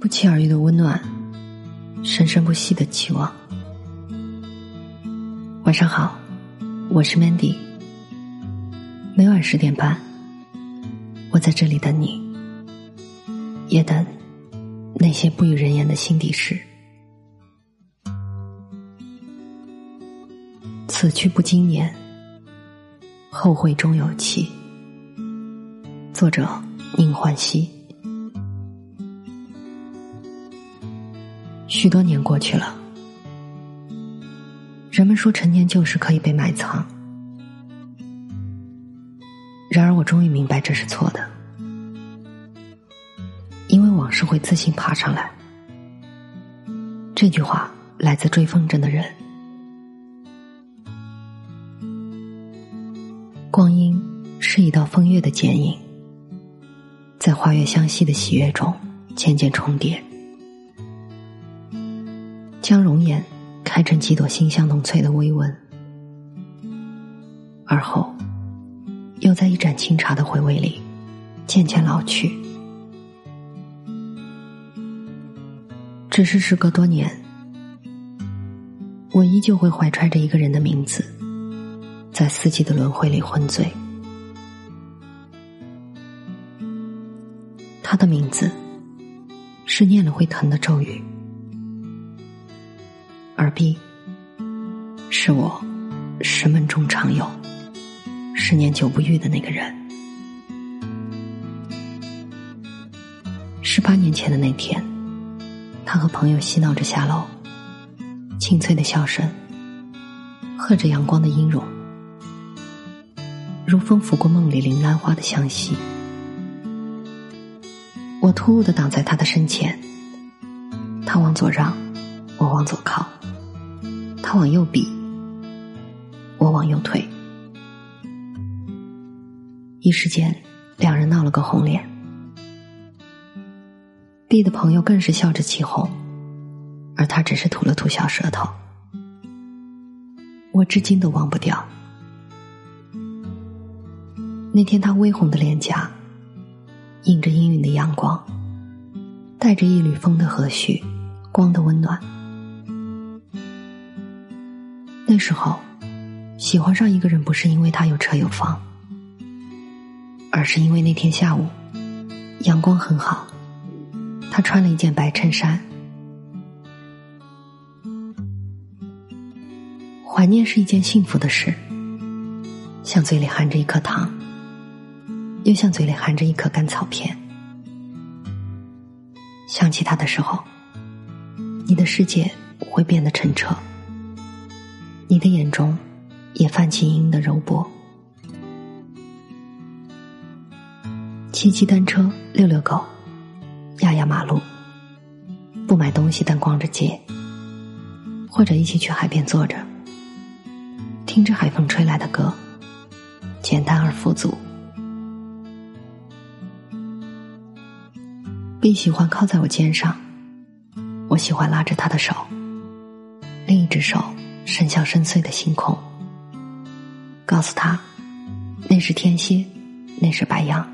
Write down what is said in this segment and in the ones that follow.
不期而遇的温暖，生生不息的期望。晚上好，我是 Mandy。 每晚10点半，我在这里等你，也等那些不与人言的心底事。此去不经年，后会终有期。作者宁焕熙。许多年过去了，人们说陈年旧事可以被埋藏，然而我终于明白这是错的，因为往事会自行爬上来。这句话来自追风筝的人。光阴是一道风月的剪影，在花月相惜的喜悦中渐渐重叠，将容颜开成几朵馨香浓翠的微纹，而后又在一盏清茶的回味里渐渐老去。只是时隔多年，我依旧会怀揣着一个人的名字，在四季的轮回里昏醉。他的名字是念了会疼的咒语，而 B 是我石门中常有10年久不遇的那个人。18年前的那天，他和朋友嬉闹着下楼，清脆的笑声和着阳光的音容，如风拂过梦里铃兰花的香息。我突兀地挡在他的身前，他往左让，我往左靠，他往右避，我往右退。一时间两人闹了个红脸。B 的朋友更是笑着起哄，而他只是吐了吐小舌头。我至今都忘不掉那天他微红的脸颊，映着氤氲的阳光，带着一缕风的和煦，光的温暖。那时候喜欢上一个人，不是因为他有车有房，而是因为那天下午阳光很好，他穿了一件白衬衫。怀念是一件幸福的事，像嘴里含着一颗糖，又像嘴里含着一颗干草片。想起他的时候，你的世界会变得澄澈，你的眼中也泛起隐隐的柔波。骑骑单车，遛遛狗，压压马路，不买东西但逛着街，或者一起去海边坐着，听着海风吹来的歌，简单而富足。B 喜欢靠在我肩上，我喜欢拉着他的手，另一只手伸向深邃的星空，告诉他那是天蝎，那是白羊。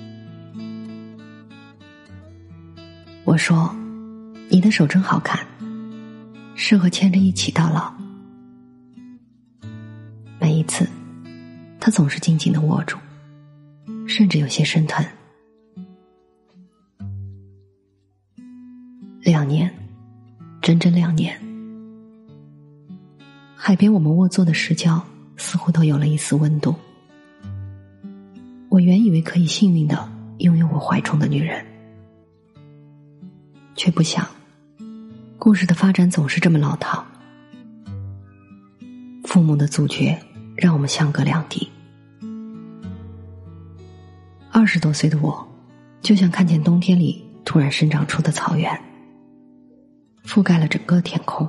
我说你的手真好看，适合牵着一起到老。每一次他总是紧紧地握住，甚至有些生疼。2年，整整2年。海边我们握坐的石礁似乎都有了一丝温度。我原以为可以幸运地拥有我怀中的女人，却不想故事的发展总是这么老套。父母的阻绝让我们相隔两地。20多岁的我，就像看见冬天里突然生长出的草原，覆盖了整个天空。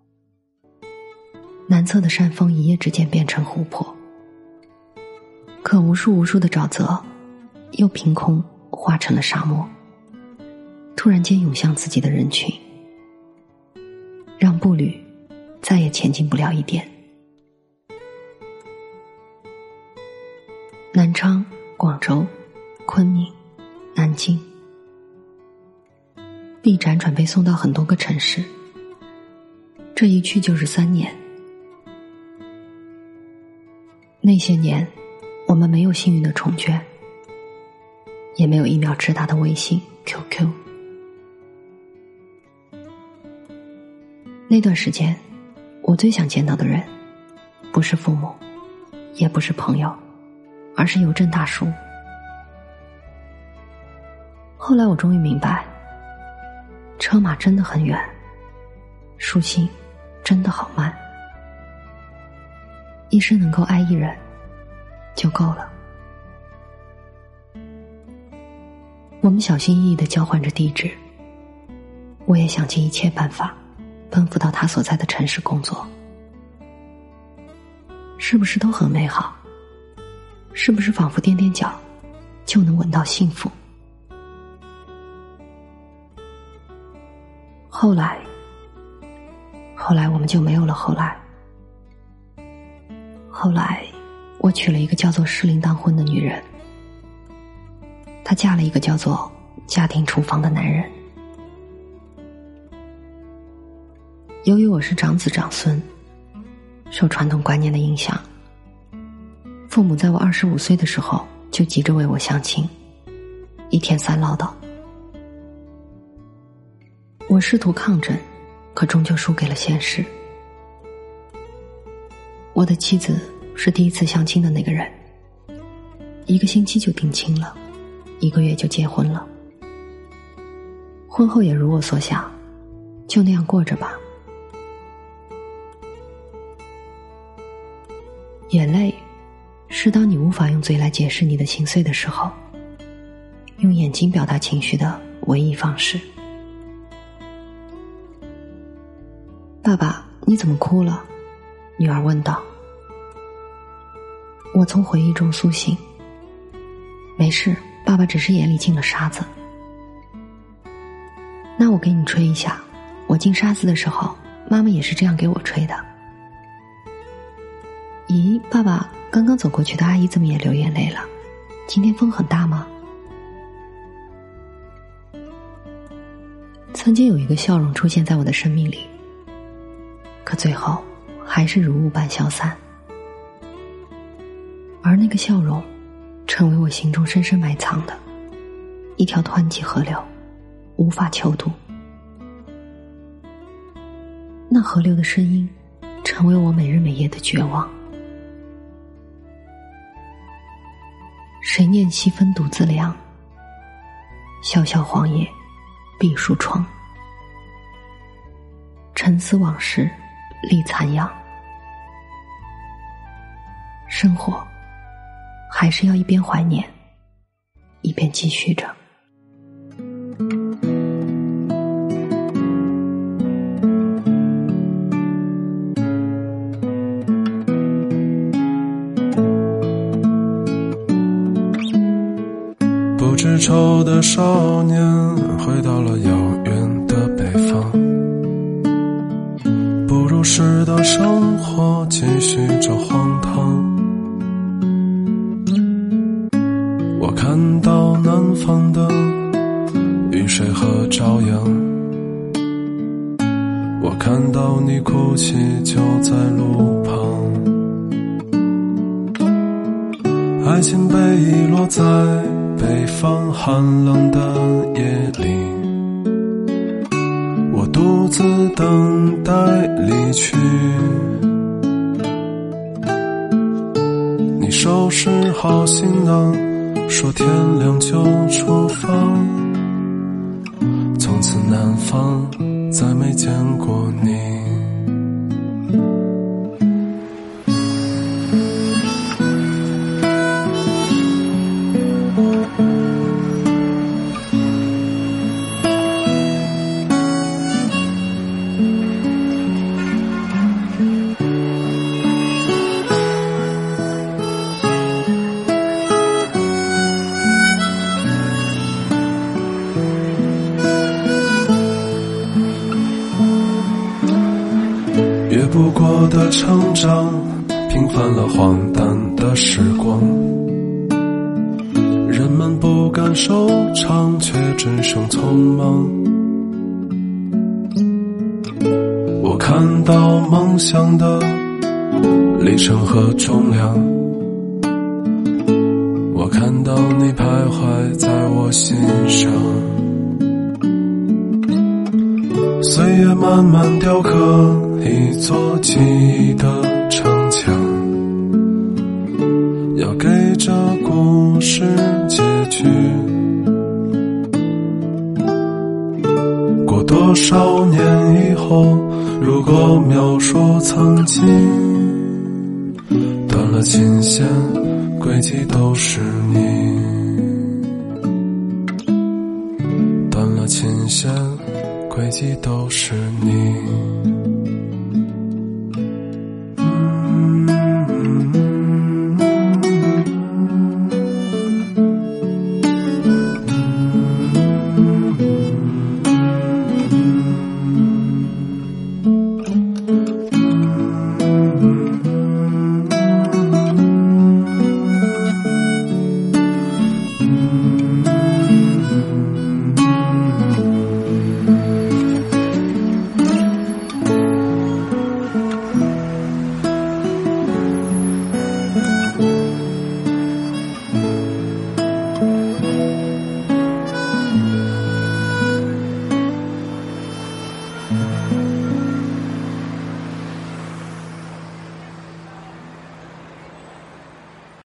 南侧的山峰一夜之间变成湖泊，可无数无数的沼泽又凭空化成了沙漠，突然间涌向自己的人群，让步履再也前进不了一点。南昌、广州、昆明、南京， 并辗转被送到很多个城市，这一去就是3年。那些年，我们没有幸运的重圈，也没有一秒直达的微信 QQ。 那段时间，我最想见到的人不是父母，也不是朋友，而是邮政大叔。后来我终于明白，车马真的很远，书信真的好慢，一生能够爱一人就够了。我们小心翼翼地交换着地址，我也想尽一切办法奔赴到他所在的城市工作。是不是都很美好？是不是仿佛踮踮脚就能闻到幸福？后来我们就没有了后来。后来我娶了一个叫做适龄当婚的女人，她嫁了一个叫做家庭厨房的男人。由于我是长子长孙，受传统观念的影响，父母在我25岁的时候就急着为我相亲，一天3唠叨。我试图抗争，可终究输给了现实。我的妻子是第一次相亲的那个人，1个星期就定亲了，1个月就结婚了。婚后也如我所想，就那样过着吧。眼泪是当你无法用嘴来解释你的心碎的时候，用眼睛表达情绪的唯一方式。爸爸，你怎么哭了？女儿问道。我从回忆中苏醒。没事，爸爸只是眼里进了沙子。那我给你吹一下，我进沙子的时候，妈妈也是这样给我吹的。咦，爸爸，刚刚走过去的阿姨怎么也流眼泪了？今天风很大吗？曾经有一个笑容出现在我的生命里，可最后还是如雾般消散。而那个笑容成为我心中深深埋藏的一条湍急河流，无法求渡。那河流的声音成为我每日每夜的绝望。谁念西风独自凉，萧萧黄叶闭树窗。沉思往事立残阳。生活还是要一边怀念一边继续着。 不知愁的少年回到了遥远的北方，不如时的生活继续着荒唐。我看到南方的雨水和朝阳，我看到你哭泣就在路旁，爱情被遗落在北方寒冷的夜里，我独自等待离去。你收拾好行囊，说天亮就出发，从此南方再没见过你。越不过的成长，平凡了荒诞的时光，人们不敢收场，却只剩匆忙。 我看到梦想的里程和重量，我看到你徘徊在我心上。岁月慢慢雕刻一座记忆的城墙，要给这故事结局。过多少年以后，如果描述曾经，断了琴弦，轨迹都是你。断了琴弦，轨迹都是你。